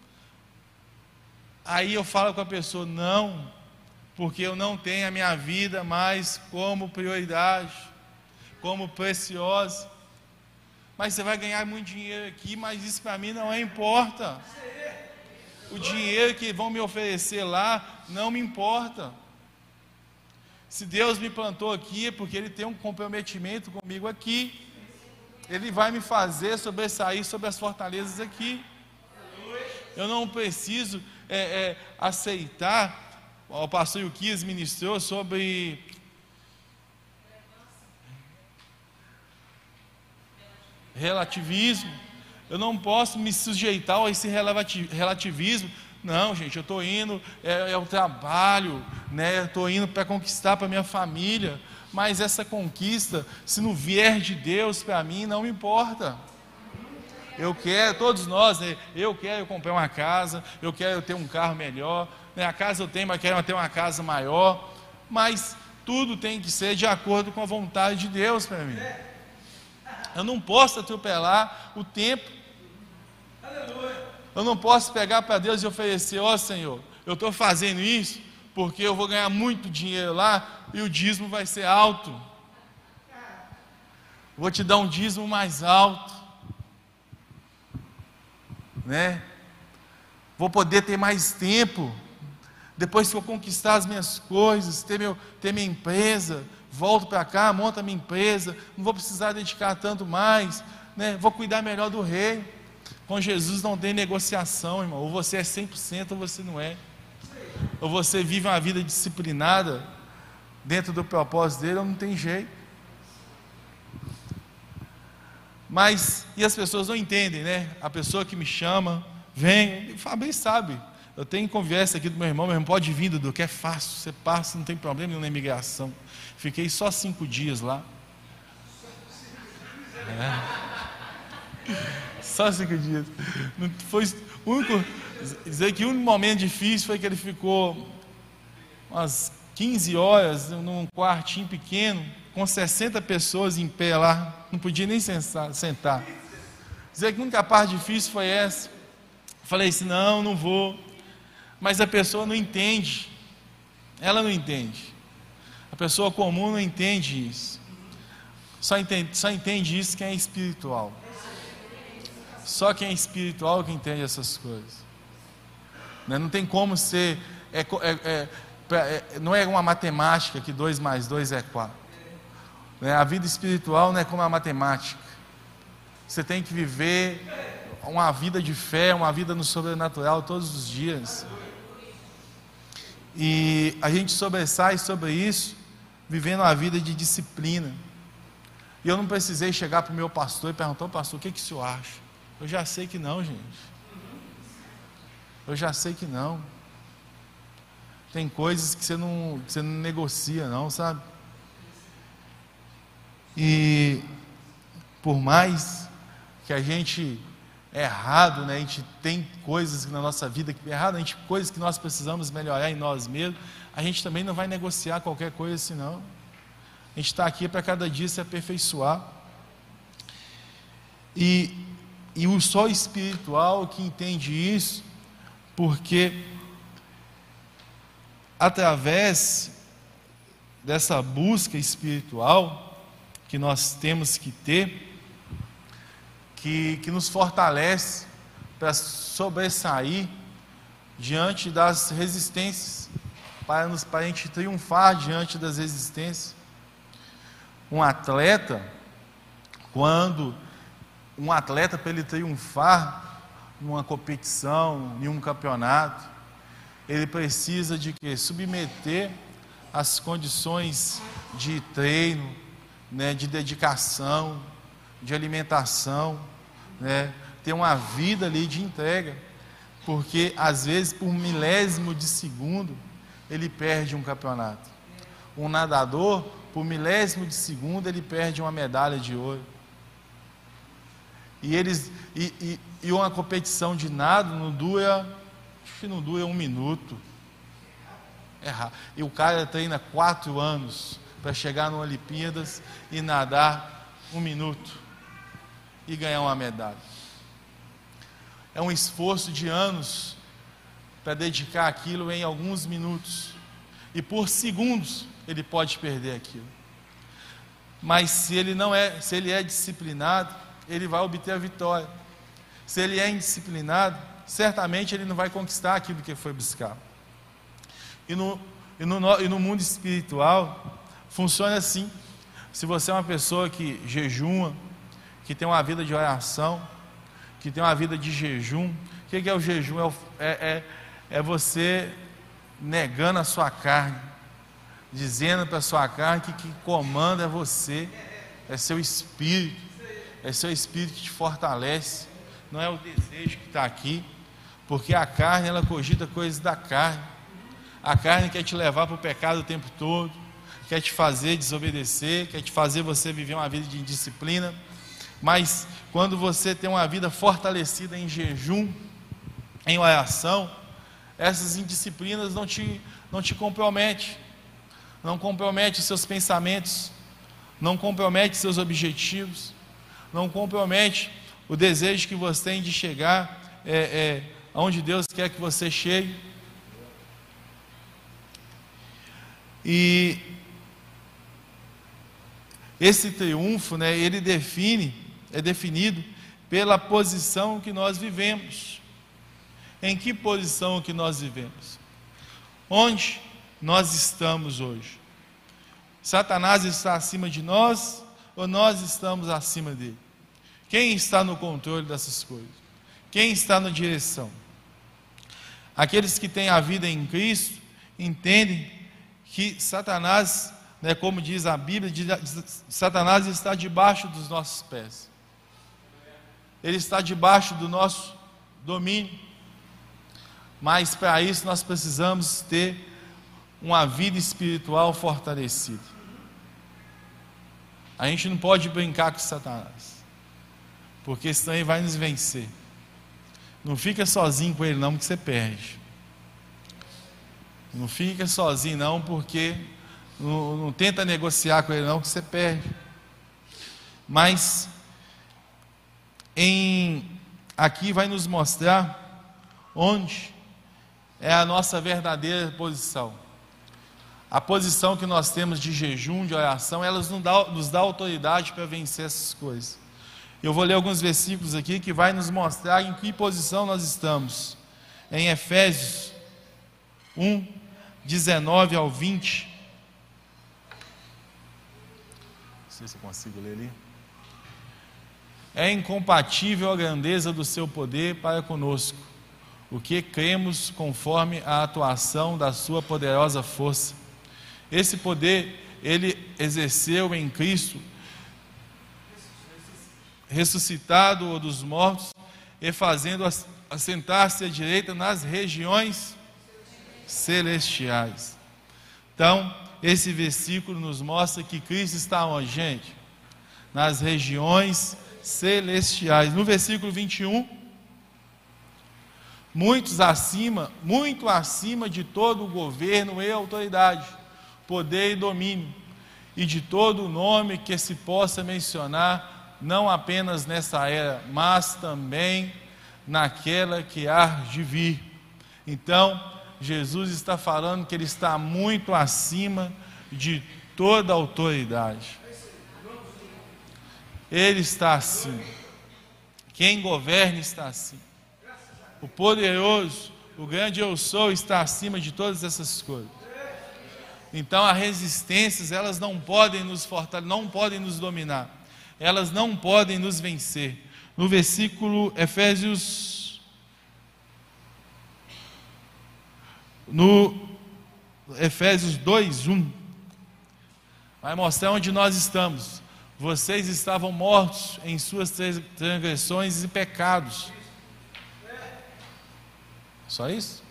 Aí eu falo com a pessoa, não, porque eu não tenho a minha vida mais como prioridade, como preciosa. Mas você vai ganhar muito dinheiro aqui, mas isso para mim não importa. O dinheiro que vão me oferecer lá não me importa. Se Deus me plantou aqui é porque Ele tem um comprometimento comigo aqui. Ele vai me fazer sobressair sobre as fortalezas aqui. Eu não preciso é, é, aceitar. O pastor Yuquias ministrou sobre relativismo. Eu não posso me sujeitar a esse relativismo. Não, gente, eu estou indo, é, é o trabalho, né? Eu estou indo para conquistar para minha família, mas essa conquista, se não vier de Deus para mim, não me importa. Eu quero, todos nós, né? Eu quero comprar uma casa, eu quero ter um carro melhor, né? A casa eu tenho, mas quero ter uma casa maior, mas tudo tem que ser de acordo com a vontade de Deus para mim. Eu não posso atropelar o tempo. Eu não posso pegar para Deus e oferecer, ó Senhor, eu estou fazendo isso porque eu vou ganhar muito dinheiro lá e o dízimo vai ser alto. Vou te dar um dízimo mais alto, né? Vou poder ter mais tempo. Depois que eu conquistar as minhas coisas, ter, meu, ter minha empresa, volto para cá, monto a minha empresa, não vou precisar dedicar tanto mais, né? Vou cuidar melhor do reino. Com Jesus não tem negociação, irmão. Ou você é cem por cento ou você não é. Ou você vive uma vida disciplinada dentro do propósito dele, ou não tem jeito. Mas, e as pessoas não entendem, né? A pessoa que me chama, vem, o Fabrício sabe. Eu tenho conversa aqui do meu irmão, meu irmão, pode vir, Dudu, que é fácil, você passa, não tem problema nenhum na imigração. Fiquei só cinco dias lá. É. Só cinco dias. Não foi o único, dizer que o único momento difícil foi que ele ficou umas quinze horas num quartinho pequeno, com sessenta pessoas em pé lá, não podia nem sentar. Dizer que a única parte difícil foi essa. Falei assim, não, não vou. Mas a pessoa não entende. Ela não entende. A pessoa comum não entende isso. Só entende, só entende isso quem é espiritual. Só quem é espiritual que entende essas coisas. Não tem como ser. É, é, é, é, não é uma matemática que dois mais dois é quatro. A vida espiritual não é como a matemática. Você tem que viver uma vida de fé, uma vida no sobrenatural todos os dias. E a gente sobressai sobre isso, vivendo uma vida de disciplina. E eu não precisei chegar para o meu pastor e perguntar, pastor, o que, que o senhor acha? Eu já sei que não, gente. Eu já sei que não. Tem coisas que você não, que você não negocia, não, sabe? E por mais que a gente é errado, né, a gente tem coisas na nossa vida que é errado, a gente coisas que nós precisamos melhorar em nós mesmos, a gente também não vai negociar qualquer coisa assim, não. A gente está aqui para cada dia se aperfeiçoar. E, e o só espiritual que entende isso, porque através dessa busca espiritual que nós temos que ter, que, que nos fortalece para sobressair diante das resistências, para, nos, para a gente triunfar diante das resistências. Um atleta, quando um atleta para ele triunfar numa competição, em um campeonato, ele precisa de quê? Submeter as condições de treino, né, de dedicação, de alimentação, né, ter uma vida ali de entrega, porque às vezes por milésimo de segundo ele perde um campeonato. Um nadador, por milésimo de segundo, ele perde uma medalha de ouro. E, eles, e, e, e uma competição de nado não dura, acho que não dura um minuto. É raro. E o cara treina quatro anos para chegar no Olimpíadas e nadar um minuto e ganhar uma medalha. É um esforço de anos para dedicar aquilo em alguns minutos. E por segundos ele pode perder aquilo. Mas se ele não é, se ele é disciplinado, ele vai obter a vitória. Se ele é indisciplinado, certamente ele não vai conquistar aquilo que foi buscar. E no, e no, e no mundo espiritual, funciona assim. Se você é uma pessoa que jejuma, que tem uma vida de oração, que tem uma vida de jejum, o que é o jejum? É, é, é você negando a sua carne, dizendo para a sua carne que quem comanda é você, é seu espírito, é seu espírito que te fortalece, não é o desejo que está aqui, porque a carne, ela cogita coisas da carne. A carne quer te levar para o pecado o tempo todo, quer te fazer desobedecer, quer te fazer você viver uma vida de indisciplina. Mas quando você tem uma vida fortalecida em jejum, em oração, essas indisciplinas não te, não te comprometem, não compromete os seus pensamentos, não compromete seus objetivos, não compromete o desejo que você tem de chegar é, é, aonde Deus quer que você chegue. E esse triunfo, né, ele define, é definido pela posição que nós vivemos. Em que posição que nós vivemos? Onde nós estamos hoje? Satanás está acima de nós ou nós estamos acima dele? Quem está no controle dessas coisas? Quem está na direção? Aqueles que têm a vida em Cristo entendem que Satanás, né, como diz a Bíblia, Satanás está debaixo dos nossos pés. Ele está debaixo do nosso domínio. Mas para isso nós precisamos ter uma vida espiritual fortalecida. A gente não pode brincar com Satanás, porque senão ele vai nos vencer. Não fica sozinho com ele não, porque você perde. Não fica sozinho não, porque não, não tenta negociar com ele não, que você perde. Mas em, aqui vai nos mostrar onde é a nossa verdadeira posição. A posição que nós temos de jejum, de oração, elas nos dá, nos dá autoridade para vencer essas coisas. Eu vou ler alguns versículos aqui que vai nos mostrar em que posição nós estamos. Em Efésios um, dezenove ao vinte. Não sei se eu consigo ler ali. É incompatível a grandeza do seu poder para conosco, o que cremos conforme a atuação da sua poderosa força. Esse poder ele exerceu em Cristo, ressuscitado dos mortos e fazendo assentar-se à direita nas regiões celestiais. Então, esse versículo nos mostra que Cristo está onde, gente? nas regiões celestiais. No versículo vinte e um, muitos acima, muito acima de todo o governo e autoridade, poder e domínio, e de todo o nome que se possa mencionar, não apenas nessa era, mas também naquela que há de vir. Então, Jesus está falando que Ele está muito acima de toda autoridade. Ele está acima. Quem governa está acima. O poderoso, o grande eu sou, está acima de todas essas coisas. Então, as resistências, elas não podem nos fortalecer, não podem nos dominar. Elas não podem nos vencer. No versículo Efésios, no Efésios dois, um, vai mostrar onde nós estamos. Vocês estavam mortos em suas transgressões e pecados. Só isso?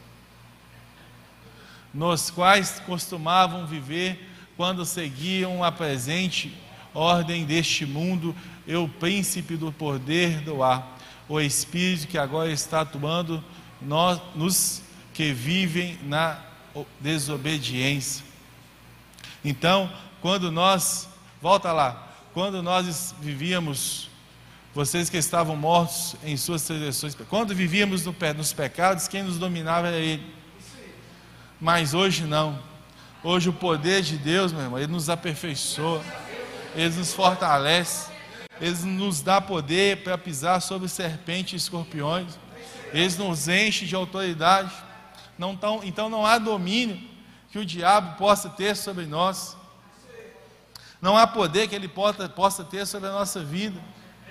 Nos quais costumavam viver quando seguiam a presente ordem deste mundo e o príncipe do poder do ar, o espírito que agora está atuando nós, nos que vivem na desobediência. Então, quando nós, volta lá, quando nós vivíamos, vocês que estavam mortos em suas transgressões, quando vivíamos no, nos pecados, quem nos dominava era Ele. Mas hoje não. Hoje o poder de Deus, meu irmão, Ele nos aperfeiçoa, Ele nos fortalece, Ele nos dá poder para pisar sobre serpentes e escorpiões, Ele nos enche de autoridade. Não tão, então não há domínio que o diabo possa ter sobre nós. Não há poder que ele possa, possa ter sobre a nossa vida.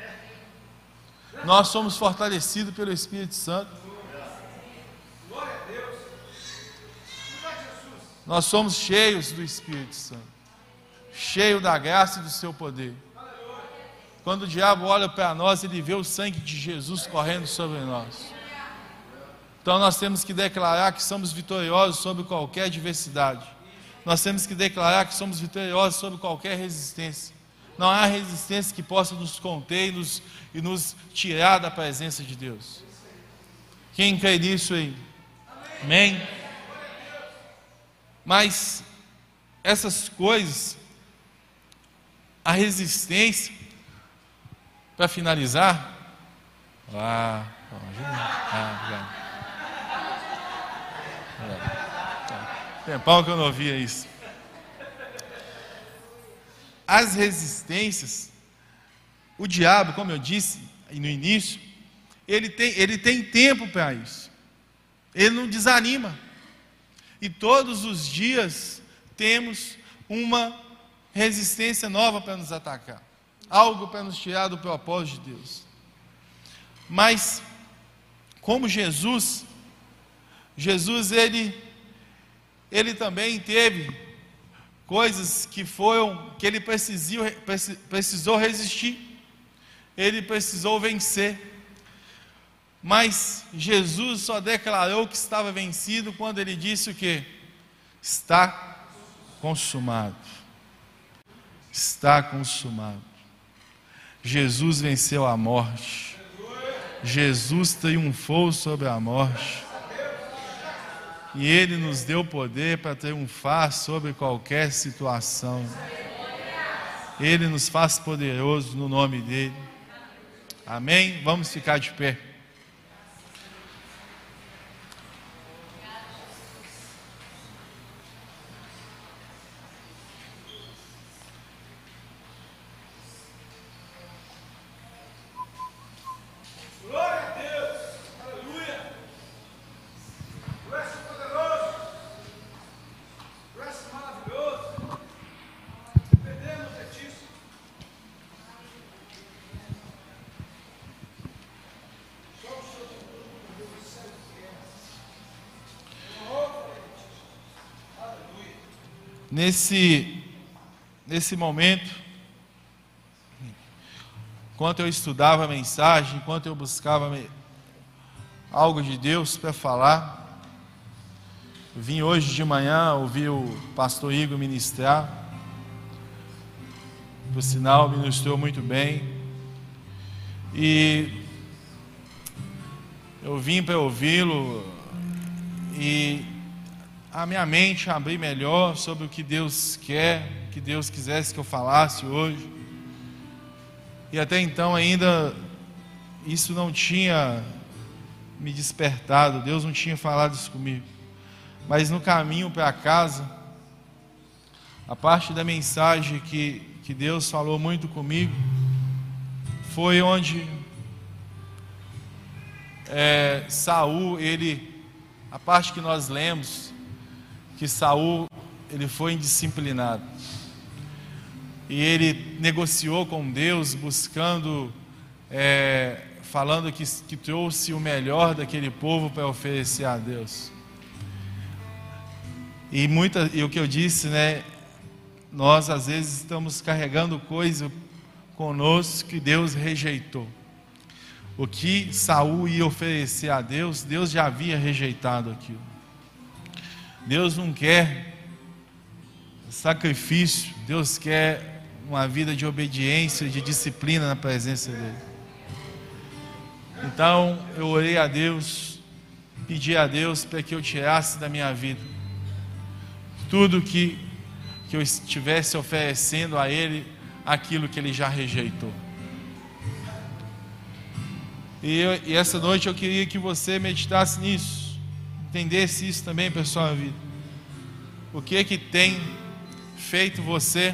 Nós somos fortalecidos pelo Espírito Santo. Nós somos cheios do Espírito Santo, cheio da graça e do seu poder. Quando o diabo olha para nós, ele vê o sangue de Jesus correndo sobre nós. Então nós temos que declarar que somos vitoriosos sobre qualquer adversidade. Nós temos que declarar que somos vitoriosos sobre qualquer resistência. Não há resistência que possa nos conter e nos, e nos tirar da presença de Deus. Quem crê nisso aí? Amém? Mas essas coisas, a resistência, para finalizar, ah, ah, tempão que eu não ouvia isso. As resistências, o diabo, como eu disse no início, ele tem, ele tem tempo para isso. Ele não desanima. E todos os dias temos uma resistência nova para nos atacar. Algo para nos tirar do propósito de Deus. Mas, como Jesus, Jesus ele, ele também teve coisas que foram, que ele precisou, precisou resistir. Ele precisou vencer. Mas Jesus só declarou que estava vencido quando ele disse o quê? Está consumado. Está consumado. Jesus venceu a morte. Jesus triunfou sobre a morte. E Ele nos deu poder para triunfar sobre qualquer situação. Ele nos faz poderosos no nome dEle. Amém? Vamos ficar de pé. Nesse, nesse momento, enquanto eu estudava a mensagem, enquanto eu buscava algo de Deus para falar, eu vim hoje de manhã ouvir o pastor Igor ministrar, por sinal, ministrou muito bem. E eu vim para ouvi-lo e a minha mente abrir melhor sobre o que Deus quer, o que Deus quisesse que eu falasse hoje. E até então ainda isso não tinha me despertado, Deus não tinha falado isso comigo. Mas no caminho para casa, a parte da mensagem que, que Deus falou muito comigo foi onde é, Saul, ele, a parte que nós lemos, que Saul, ele foi indisciplinado. E ele negociou com Deus, buscando, é, falando que, que trouxe o melhor daquele povo para oferecer a Deus. E, muita, e o que eu disse, né? Nós às vezes estamos carregando coisa conosco que Deus rejeitou. O que Saul ia oferecer a Deus, Deus já havia rejeitado aquilo. Deus não quer sacrifício, Deus quer uma vida de obediência, de disciplina na presença dEle. Então eu orei a Deus, pedi a Deus para que eu tirasse da minha vida tudo que, que eu estivesse oferecendo a Ele, aquilo que Ele já rejeitou. E, eu, e essa noite eu queria que você meditasse nisso, entendesse isso também para a sua vida. O que é que tem feito você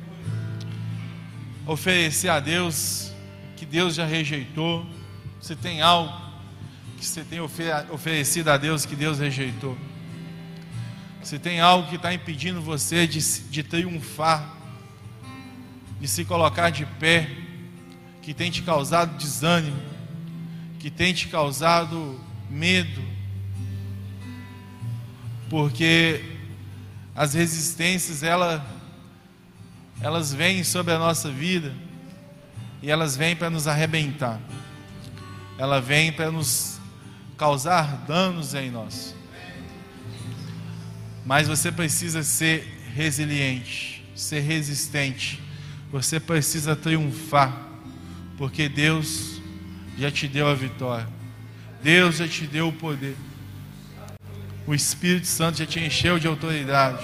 oferecer a Deus que Deus já rejeitou? Se tem algo que você tem oferecido a Deus que Deus rejeitou? Se tem algo que está impedindo você de, de triunfar, de se colocar de pé, que tem te causado desânimo, que tem te causado medo, porque as resistências, ela, elas vêm sobre a nossa vida, e elas vêm para nos arrebentar, ela vem para nos causar danos em nós. Mas você precisa ser resiliente, ser resistente, você precisa triunfar, porque Deus já te deu a vitória, Deus já te deu o poder, o Espírito Santo já te encheu de autoridade.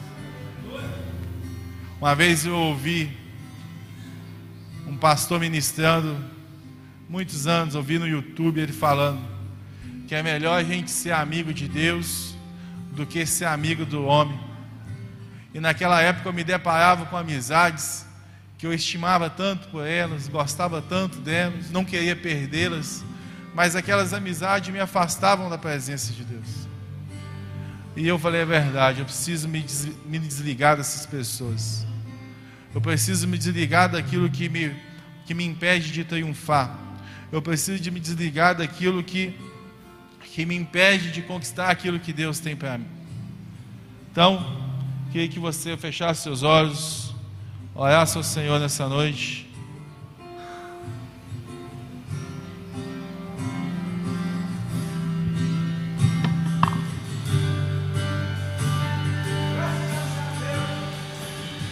Uma vez eu ouvi um pastor ministrando, muitos anos, ouvi no YouTube ele falando que é melhor a gente ser amigo de Deus do que ser amigo do homem. E naquela época eu me deparava com amizades que eu estimava tanto por elas, gostava tanto delas, não queria perdê-las, mas aquelas amizades me afastavam da presença de Deus. E eu falei a verdade, eu preciso me, des, me desligar dessas pessoas, eu preciso me desligar daquilo que me, que me impede de triunfar, eu preciso de me desligar daquilo que, que me impede de conquistar aquilo que Deus tem para mim. Então, queria que você fechasse seus olhos, orasse ao Senhor nessa noite.